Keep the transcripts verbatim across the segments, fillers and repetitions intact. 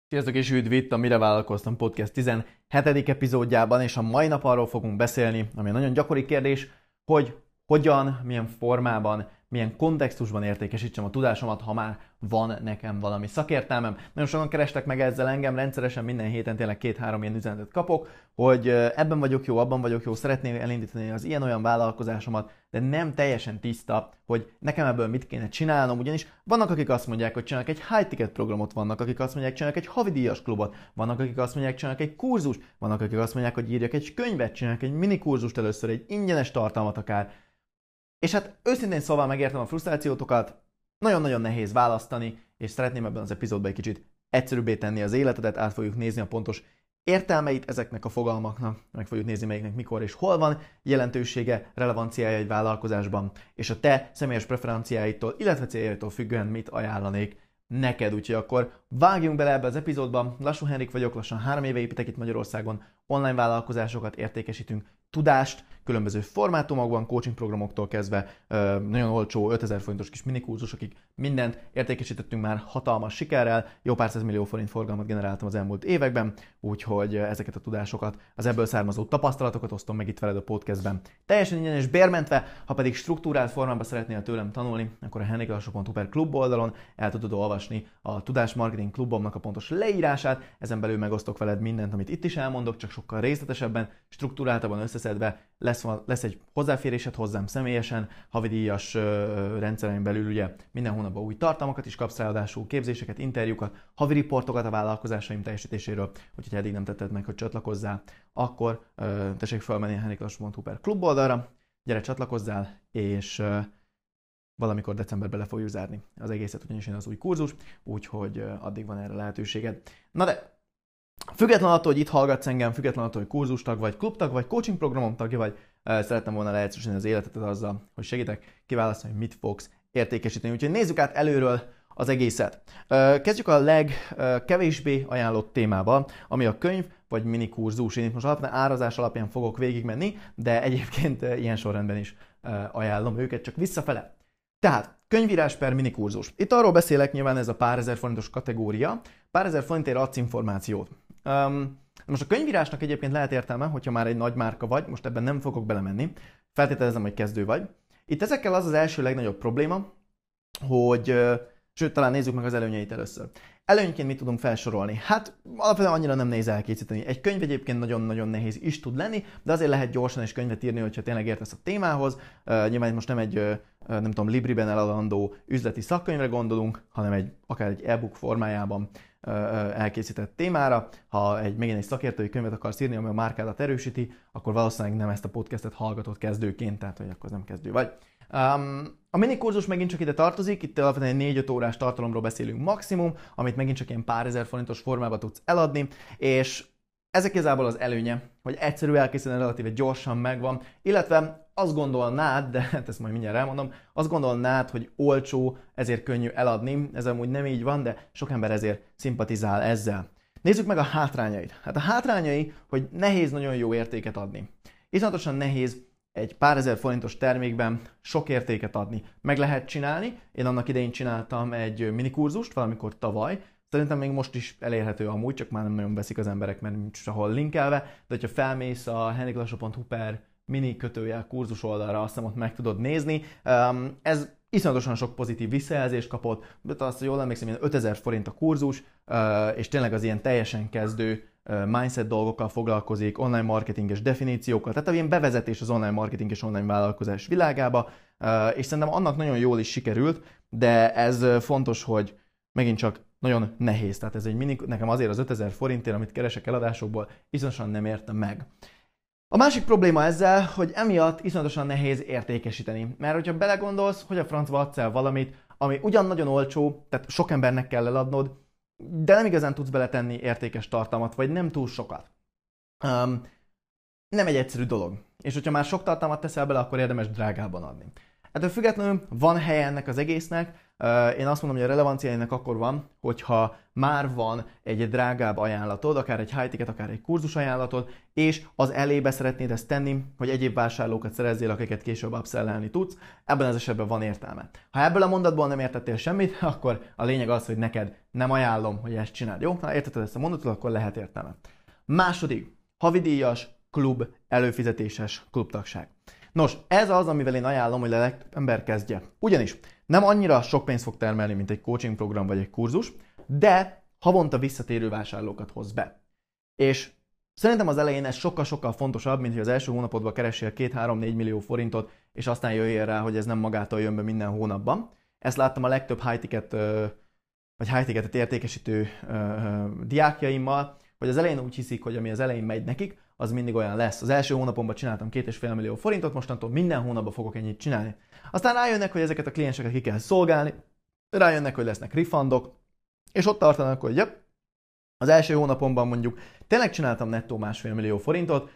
Sziasztok és üdv itt a Mire Vállalkoztam Podcast tizenhetedik epizódjában, és a mai nap arról fogunk beszélni, ami egy nagyon gyakori kérdés, hogy hogyan, milyen formában, milyen kontextusban értékesítsem a tudásomat, ha már van nekem valami szakértelmem. Nagyon sokan kerestek meg ezzel engem, rendszeresen minden héten tényleg két-három ilyen üzenetet kapok, hogy ebben vagyok jó, abban vagyok jó, szeretném elindítani az ilyen-olyan vállalkozásomat, de nem teljesen tiszta, hogy nekem ebből mit kéne csinálnom, ugyanis vannak, akik azt mondják, hogy csinálnak egy high-ticket programot, vannak, akik azt mondják, csinálnak egy havidíjas klubot, vannak, akik azt mondják, csinálnak egy kurzust, vannak, akik azt mondják, hogy írjak egy könyvet, csinálnak egy mini kurzust először, egy ingyenes tartalmat akár. És hát őszintén szóval megértem a frusztrációtokat, nagyon-nagyon nehéz választani, és szeretném ebben az epizódban egy kicsit egyszerűbbé tenni az életedet, át fogjuk nézni a pontos értelmeit ezeknek a fogalmaknak, meg fogjuk nézni melyiknek mikor és hol van jelentősége, relevanciája egy vállalkozásban, és a te személyes preferenciáitól, illetve céljaitól függően mit ajánlanék neked. Úgyhogy akkor vágjunk bele ebbe az epizódba. Lassú Henrik vagyok, lassan három éve építek itt Magyarországon, online vállalkozásokat értékesítünk, tudást, különböző formátumokban, coaching programoktól kezdve nagyon olcsó ötezer forintos kis minikurzusokig mindent értékesítettünk már hatalmas sikerrel, jó pár millió forint forgalmat generáltam az elmúlt években, úgyhogy ezeket a tudásokat, az ebből származó tapasztalatokat osztom meg itt veled a podcastben. Teljesen ingyenes bérmentve, ha pedig struktúrált formában szeretnél tőlem tanulni, akkor a henriklassu pont hu per klub oldalon el tudod olvasni a Tudásmarketing Klubomnak a pontos leírását, ezen belül megosztok veled mindent, amit itt is elmondok, csak sokkal részletesebben, struktúráltabban összeszedve. Lesz, lesz egy hozzáférésed hozzám személyesen, havidíjas rendszeren belül ugye minden hónapban új tartalmakat is kapsz, ráadásul képzéseket, interjúkat, havi riportokat a vállalkozásaim teljesítéséről, úgyhogy eddig nem tetted meg, hogy csatlakozzál, akkor ö, tessék felmenni a henriklassu pont hu per klub oldalra, gyere csatlakozzál, és ö, valamikor decemberben le fogjuk zárni az egészet, ugyanis jön az új kurzus, úgyhogy ö, addig van erre lehetőséged. Na de független attól, hogy itt hallgatsz engem, független attól, hogy kurzustag vagy, klubtag vagy, coaching programom tagja vagy, szerettem volna leegyszerűsíteni az életedet azzal, hogy segítek kiválasztani, hogy mit fogsz értékesíteni. Úgyhogy nézzük át előről az egészet. Kezdjük a legkevésbé ajánlott témával, ami a könyv vagy mini kurzus. Én itt most alapvetően árazás alapján fogok végigmenni, de egyébként ilyen sorrendben is ajánlom őket, csak visszafele. Tehát, könyvírás per mini kurzus. Itt arról beszélek, nyilván ez a pár ezer forintos kategória, pár ezer forintért adsz információt. Um, most a könyvírásnak egyébként lehet értelme, hogyha már egy nagy márka vagy, most ebben nem fogok belemenni, feltételezem, hogy kezdő vagy. Itt ezekkel az az első legnagyobb probléma, hogy, sőt, talán nézzük meg az előnyeit először. Előnyként mit tudunk felsorolni? Hát alapvetően annyira nem nehéz elkészíteni. Egy könyv egyébként nagyon-nagyon nehéz is tud lenni, de azért lehet gyorsan is könyvet írni, hogyha tényleg értesz a témához. Uh, nyilván most nem egy, uh, nem tudom, Libriben eladandó üzleti szakkönyvre gondolunk, hanem egy, akár egy e-book formájában uh, elkészített témára. Ha egy megint egy szakértői könyvet akarsz írni, ami a márkádat erősíti, akkor valószínűleg nem ezt a podcastet hallgatod kezdőként, tehát hogy akkor nem kezdő vagy. Um, a mini kurzus megint csak ide tartozik, itt alapvetően egy négy-öt órás tartalomról beszélünk maximum, amit megint csak ilyen pár ezer forintos formában tudsz eladni, és ezek igazából az előnye, hogy egyszerű elkészíteni, relatíve gyorsan megvan, illetve azt gondolnád, de hát ezt majd mindjárt elmondom, azt gondolnád, hogy olcsó, ezért könnyű eladni, ez amúgy nem így van, de sok ember ezért szimpatizál ezzel. Nézzük meg a hátrányait. Hát a hátrányai, hogy nehéz nagyon jó értéket adni. Iszonyatosan nehéz egy pár ezer forintos termékben sok értéket adni. Meg lehet csinálni, én annak idején csináltam egy minikurzust, valamikor tavaly, szerintem még most is elérhető amúgy, csak már nem nagyon veszik az emberek, mert nincs sehol linkelve, de hogyha felmész a henriklassu pont hu per mini kötőjel kurzus oldalra, azt hiszem ott meg tudod nézni. Ez iszonyatosan sok pozitív visszajelzést kapott, de azt, hogy jól emlékszem, ilyen ötezer forint a kurzus, és tényleg az ilyen teljesen kezdő mindset dolgokkal foglalkozik, online marketinges definíciókkal, tehát ilyen bevezetés az online marketing és online vállalkozás világába, és szerintem annak nagyon jól is sikerült, de ez fontos, hogy megint csak nagyon nehéz, tehát ez egy mini, nekem azért az ötezer forintért, amit keresek eladásokból, iszonyatosan nem értem meg. A másik probléma ezzel, hogy emiatt iszonyatosan nehéz értékesíteni, mert hogyha belegondolsz, hogy a francba adsz el valamit, ami ugyan nagyon olcsó, tehát sok embernek kell eladnod, de nem igazán tudsz beletenni értékes tartalmat, vagy nem túl sokat. Um, nem egy egyszerű dolog. És hogyha már sok tartalmat teszel bele, akkor érdemes drágában adni. Ettől függetlenül van helye ennek az egésznek, Én azt mondom, hogy a relevanciájának akkor van, hogyha már van egy drágább ajánlatod, akár egy high ticket, akár egy kurzus ajánlatod, és az elébe szeretnéd ezt tenni, hogy egyéb vásárlókat szerezzél, akiket később upsellelni tudsz. Ebben az esetben van értelme. Ha ebből a mondatból nem értettél semmit, akkor a lényeg az, hogy neked nem ajánlom, hogy ezt csináld. Jó? Ha értetted ezt a mondatot, akkor lehet értelme. Második, havidíjas, klub, előfizetéses klubtagság. Nos, ez az, amivel én ajánlom, hogy a legtöbb ember kezdje. Ugyanis nem annyira sok pénzt fog termelni, mint egy coaching program vagy egy kurzus, de havonta visszatérő vásárlókat hoz be. És szerintem az elején ez sokkal-sokkal fontosabb, mint hogy az első hónapodban keressél két-három-négy millió forintot, és aztán jöjjél rá, hogy ez nem magától jön be minden hónapban. Ezt láttam a legtöbb high ticket, vagy high ticketet értékesítő diákjaimmal, hogy az elején úgy hiszik, hogy ami az elején megy nekik, az mindig olyan lesz. Az első hónapomban csináltam két egész öt millió forintot, mostantól minden hónapban fogok ennyit csinálni. Aztán rájönnek, hogy ezeket a klienseket ki kell szolgálni, rájönnek, hogy lesznek refundok, és ott tartanak, hogy jöp, az első hónapomban mondjuk tényleg csináltam nettó másfél millió forintot,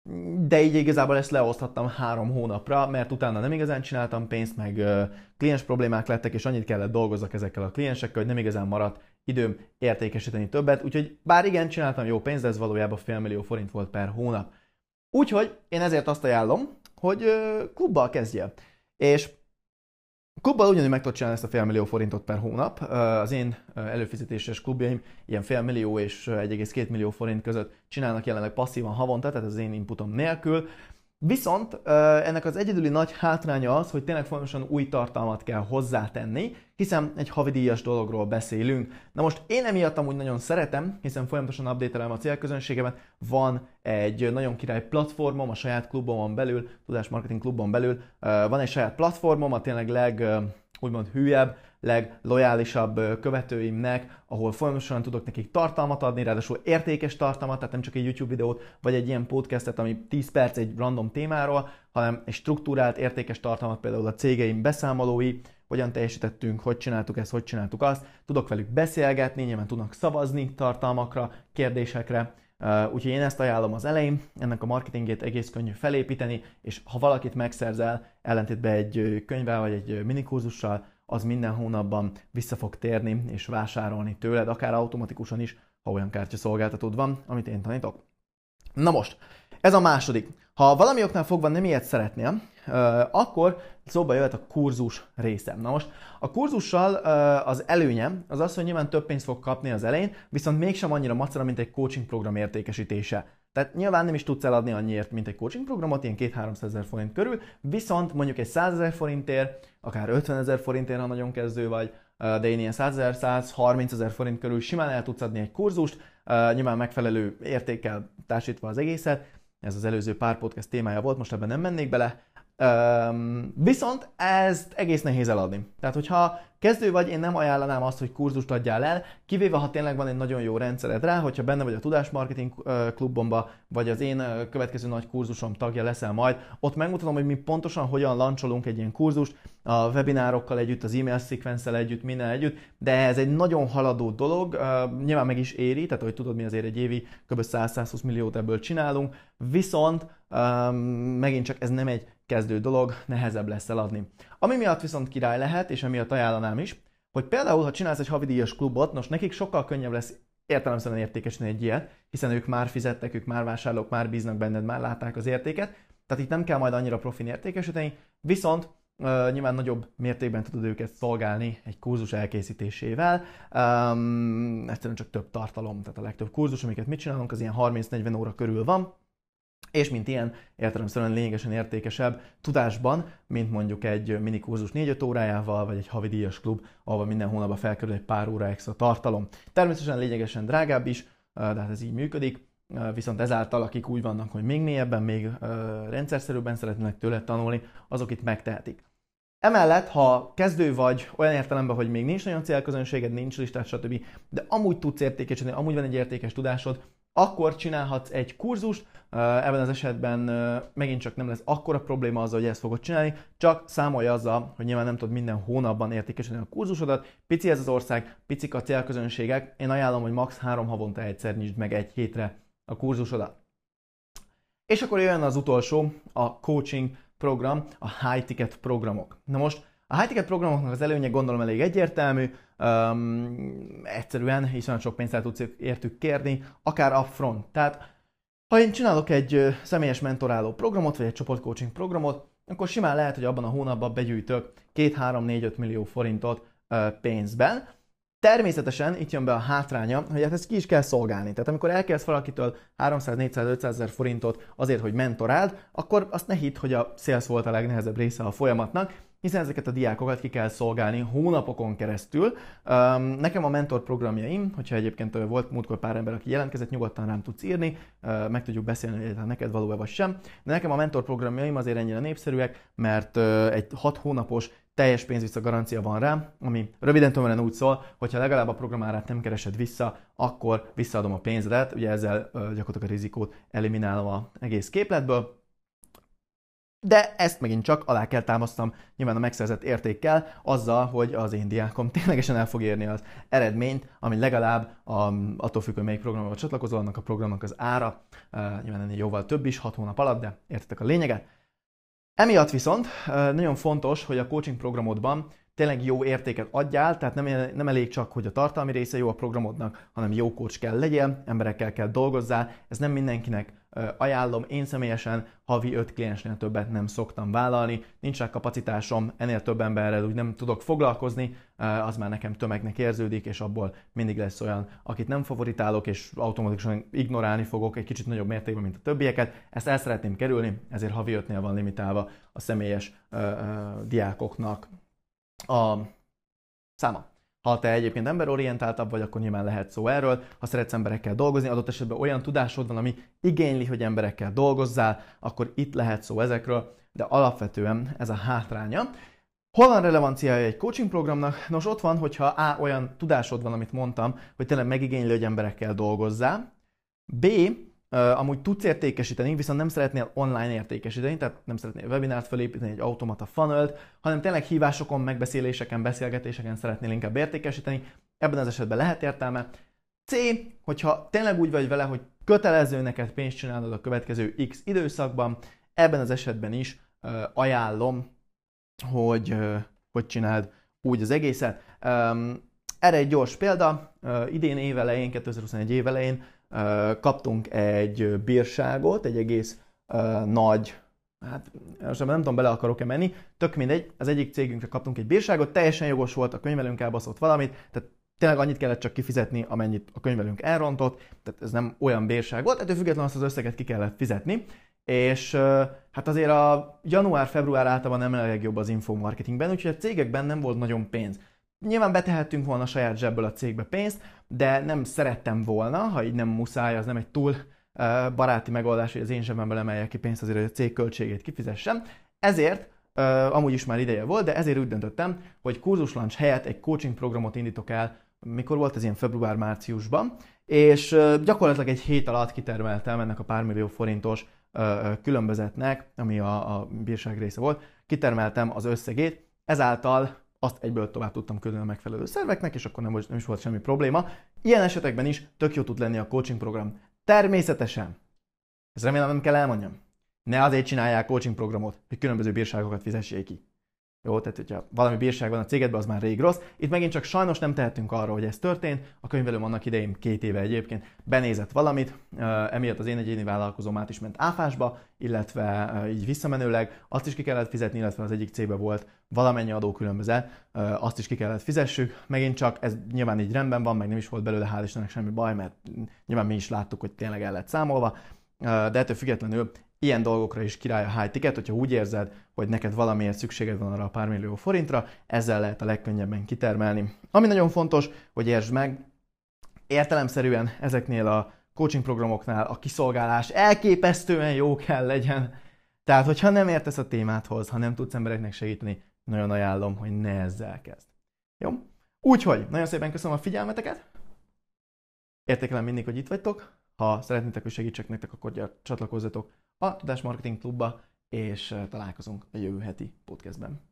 de így igazából ezt leoszthattam három hónapra, mert utána nem igazán csináltam pénzt, meg uh, kliens problémák lettek, és annyit kellett dolgozzak ezekkel a kliensekkel, hogy nem igazán maradt időm értékesíteni többet, úgyhogy bár igen, csináltam jó pénzt, de ez valójában fél millió forint volt per hónap. Úgyhogy én ezért azt ajánlom, hogy uh, klubbal kezdjél. És klubbal ugyanúgy meg tudod csinálni ezt a fél millió forintot per hónap. Az én előfizetéses klubjaim ilyen fél millió és egy egész két millió forint között csinálnak jelenleg passzívan havonta, tehát az én inputom nélkül. Viszont ennek az egyedüli nagy hátránya az, hogy tényleg folyamatosan új tartalmat kell hozzátenni, hiszen egy havidíjas dologról beszélünk. Na most én emiatt amúgy nagyon szeretem, hiszen folyamatosan update-elem a célközönségemet, van egy nagyon király platformom a saját klubomon belül, tudásmarketing klubon belül, van egy saját platformom, a tényleg leg, úgymond hülyebb, leglojálisabb követőimnek, ahol folyamatosan tudok nekik tartalmat adni, ráadásul értékes tartalmat, tehát nem csak egy YouTube videót, vagy egy ilyen podcastet, ami tíz perc egy random témáról, hanem egy struktúrált, értékes tartalmat, például a cégeim beszámolói, hogyan teljesítettünk, hogy csináltuk ezt, hogy csináltuk azt, tudok velük beszélgetni, nyilván tudnak szavazni tartalmakra, kérdésekre, úgyhogy én ezt ajánlom az elején, ennek a marketingét egész könnyű felépíteni, és ha valakit megszerzel, ellentétben egy könyvvel vagy egy minikurzussal, az minden hónapban vissza fog térni és vásárolni tőled, akár automatikusan is, ha olyan kártyaszolgáltatód van, amit én tanítok. Na most, ez a második. Ha valami oknál fogva nem ilyet szeretnél, akkor szóba jöhet a kurzus része. Na most, a kurzussal az előnye az az, hogy nyilván több pénzt fog kapni az elején, viszont mégsem annyira macera, mint egy coaching program értékesítése. Tehát nyilván nem is tudsz eladni annyiért, mint egy coaching programot, ilyen két-háromszázezer forint körül, viszont mondjuk egy százezer forintért, akár ötvenezer forintért, ha nagyon kezdő vagy, de én ilyen százezer, százharmincezer forint körül simán el tudsz adni egy kurzust, nyilván megfelelő értékkel társítva az egészet. Ez az előző pár podcast témája volt, most ebben nem mennék bele. Üm, viszont ezt egész nehéz eladni. Tehát, hogyha kezdő vagy, én nem ajánlanám azt, hogy kurzust adjál el, kivéve, ha tényleg van egy nagyon jó rendszered rá, hogyha benne vagy a Tudásmarketing klubomba, vagy az én következő nagy kurzusom tagja leszel majd, ott megmutatom, hogy mi pontosan hogyan lancsolunk egy ilyen kurzust, a webinárokkal együtt, az e-mail szekvenszel együtt, minden együtt, de ez egy nagyon haladó dolog, nyilván meg is éri, tehát hogy tudod, mi azért egy évi kb. száz-százhúsz milliót ebből csinálunk, viszont um, megint csak ez nem egy kezdő dolog, nehezebb lesz eladni. Ami miatt viszont király lehet, és emiatt ajánlanám is, hogy például, ha csinálsz egy havidíjas klubot, nos, nekik sokkal könnyebb lesz értelemszerűen értékesíteni egy ilyet, hiszen ők már fizettek, ők már vásárlók, már bíznak benned, már látták az értéket, tehát itt nem kell majd annyira profin értékesíteni, viszont uh, nyilván nagyobb mértékben tudod őket szolgálni egy kurzus elkészítésével, um, egyszerűen csak több tartalom, tehát a legtöbb kurzus, amiket mit csinálunk, az ilyen harminc-negyven óra körül van, és mint ilyen értelemszerűen lényegesen értékesebb tudásban, mint mondjuk egy minikurzus négy-öt órájával, vagy egy havidíjas klub, ahol minden hónapban felkerül egy pár óra extra tartalom. Természetesen lényegesen drágább is, de hát ez így működik, viszont ezáltal, akik úgy vannak, hogy még mélyebben, még rendszerszerűbben szeretnének tőle tanulni, azok itt megtehetik. Emellett, ha kezdő vagy, olyan értelemben, hogy még nincs nagyon célközönséged, nincs listát, stb., de amúgy tudsz értékesíteni, amúgy van egy értékes tudásod, akkor csinálhatsz egy kurzust, ebben az esetben megint csak nem lesz akkora probléma azzal, hogy ezt fogod csinálni, csak számolj azzal, hogy nyilván nem tudod minden hónapban értékesíteni a kurzusodat, pici ez az ország, picik a célközönségek, én ajánlom, hogy max. három havonta egyszer nyisd meg egy hétre a kurzusodat. És akkor jön az utolsó, a coaching program, a high ticket programok. Na most A high ticket programoknak az előnye gondolom elég egyértelmű, um, egyszerűen iszonyat sok pénzt el tudsz értük kérni, akár upfront. Tehát ha én csinálok egy személyes mentoráló programot, vagy egy csoportcoaching programot, akkor simán lehet, hogy abban a hónapban begyűjtök két, három, négy, öt millió forintot uh, pénzben. Természetesen itt jön be a hátránya, hogy hát ezt ki is kell szolgálni. Tehát amikor elkezdsz valakitől háromszáz, négyszáz, ötszáz ezer forintot azért, hogy mentoráld, akkor azt ne hidd, hogy a sales volt a legnehezebb része a folyamatnak, hiszen ezeket a diákokat ki kell szolgálni hónapokon keresztül. Nekem a mentor programjaim, hogyha egyébként volt múltkor pár ember, aki jelentkezett, nyugodtan rám tudsz írni, meg tudjuk beszélni, hogy neked való-e vagy sem. De nekem a mentor programjaim azért ennyire népszerűek, mert egy hat hónapos teljes pénzvissza garancia van rá, ami röviden tömören úgy szól, hogyha legalább a programárát nem keresed vissza, akkor visszaadom a pénzedet, ugye ezzel gyakorlatilag a rizikót eliminálom az egész képletből. De ezt megint csak alá kell támasztam nyilván a megszerzett értékkel, azzal, hogy az én diákom ténylegesen el fog érni az eredményt, ami legalább a, attól függ, hogy melyik programmal csatlakozol, annak a programnak az ára, uh, nyilván ennél jóval több is, hat hónap alatt, de értitek a lényeget. Emiatt viszont uh, nagyon fontos, hogy a coaching programodban tényleg jó értéket adjál, tehát nem, nem elég csak, hogy a tartalmi része jó a programodnak, hanem jó coach kell legyél, emberekkel kell dolgozzál, ez nem mindenkinek ajánlom, én személyesen havi öt kliensnél többet nem szoktam vállalni, nincs rá kapacitásom, ennél több emberrel úgy nem tudok foglalkozni, az már nekem tömegnek érződik, és abból mindig lesz olyan, akit nem favoritálok, és automatikusan ignorálni fogok egy kicsit nagyobb mértékben, mint a többieket. Ezt el szeretném kerülni, ezért havi ötnél van limitálva a személyes uh, uh, diákoknak a száma. Ha te egyébként emberorientáltabb vagy, akkor nyilván lehet szó erről. Ha szeretsz emberekkel dolgozni, adott esetben olyan tudásod van, ami igényli, hogy emberekkel dolgozzál, akkor itt lehet szó ezekről, de alapvetően ez a hátránya. Hol van relevanciája egy coaching programnak? Nos, ott van, hogyha A. olyan tudásod van, amit mondtam, hogy tényleg megigényli, hogy emberekkel dolgozzál. B. Uh, amúgy tudsz értékesíteni, viszont nem szeretnél online értékesíteni, tehát nem szeretnél webinárt felépíteni, egy automata funnelt, hanem tényleg hívásokon, megbeszéléseken, beszélgetéseken szeretnél inkább értékesíteni, ebben az esetben lehet értelme. C. Hogyha tényleg úgy vagy vele, hogy kötelező neked pénzt csinálnod a következő X időszakban, ebben az esetben is uh, ajánlom, hogy, uh, hogy csináld úgy az egészet. Um, erre egy gyors példa, uh, idén évelején, kétezer-huszonegy évelején kaptunk egy bírságot, egy egész uh, nagy, hát most nem tudom, bele akarok-e menni, tök mindegy, az egyik cégünkre kaptunk egy bírságot, teljesen jogos volt, a könyvelőnk elbaszott valamit, tehát tényleg annyit kellett csak kifizetni, amennyit a könyvelőnk elrontott, tehát ez nem olyan bírság volt, ettől függetlenül azt az összeget ki kellett fizetni, és uh, hát azért a január-február általában nem a legjobb az infomarketingben, úgyhogy a cégekben nem volt nagyon pénz. Nyilván betehettünk volna a saját zsebből a cégbe pénzt, de nem szerettem volna, ha így nem muszáj, az nem egy túl uh, baráti megoldás, hogy az én zsebemből emeljek ki pénzt azért, hogy a cég költségét kifizessem. Ezért, uh, amúgy is már ideje volt, de ezért úgy döntöttem, hogy kurzuslaunch helyett egy coaching programot indítok el, mikor volt ez ilyen február-márciusban, és uh, gyakorlatilag egy hét alatt kitermeltem ennek a pár millió forintos uh, különbözetnek, ami a, a bírság része volt, kitermeltem az összegét, ezáltal azt egyből tovább tudtam küldeni a megfelelő szerveknek, és akkor nem, nem is volt semmi probléma. Ilyen esetekben is tök jó tud lenni a coaching program. Természetesen, ezt remélem nem kell elmondjam, ne azért csinálják coaching programot, hogy különböző bírságokat fizessék ki. Jó, tehát hogyha valami bírság van a cégedben, az már rég rossz. Itt megint csak sajnos nem tehetünk arról, hogy ez történt. A könyvelőm annak idején két éve egyébként benézett valamit, emiatt az én egyéni vállalkozóm át is ment áfásba, illetve így visszamenőleg azt is ki kellett fizetni, illetve az egyik cégben volt valamennyi adókülönbözet, azt is ki kellett fizessük. Megint csak ez nyilván így rendben van, meg nem is volt belőle, hál' Istennek semmi baj, mert nyilván mi is láttuk, hogy tényleg el lett számolva, de ettől függetlenül ilyen dolgokra is király a high ticket, hogyha úgy érzed, hogy neked valamiért szükséged van arra a pár millió forintra, ezzel lehet a legkönnyebben kitermelni. Ami nagyon fontos, hogy értsd meg, értelemszerűen ezeknél a coaching programoknál a kiszolgálás elképesztően jó kell legyen. Tehát, hogyha nem értesz a témádhoz, ha nem tudsz embereknek segíteni, nagyon ajánlom, hogy ne ezzel kezd. Jó? Úgyhogy, nagyon szépen köszönöm a figyelmeteket. Értékelem mindig, hogy itt vagytok. Ha szeretnétek, hogy segítsek nektek, akkor csatlakozzatok a Tudás Marketing Klubba, és találkozunk a jövő heti podcastben.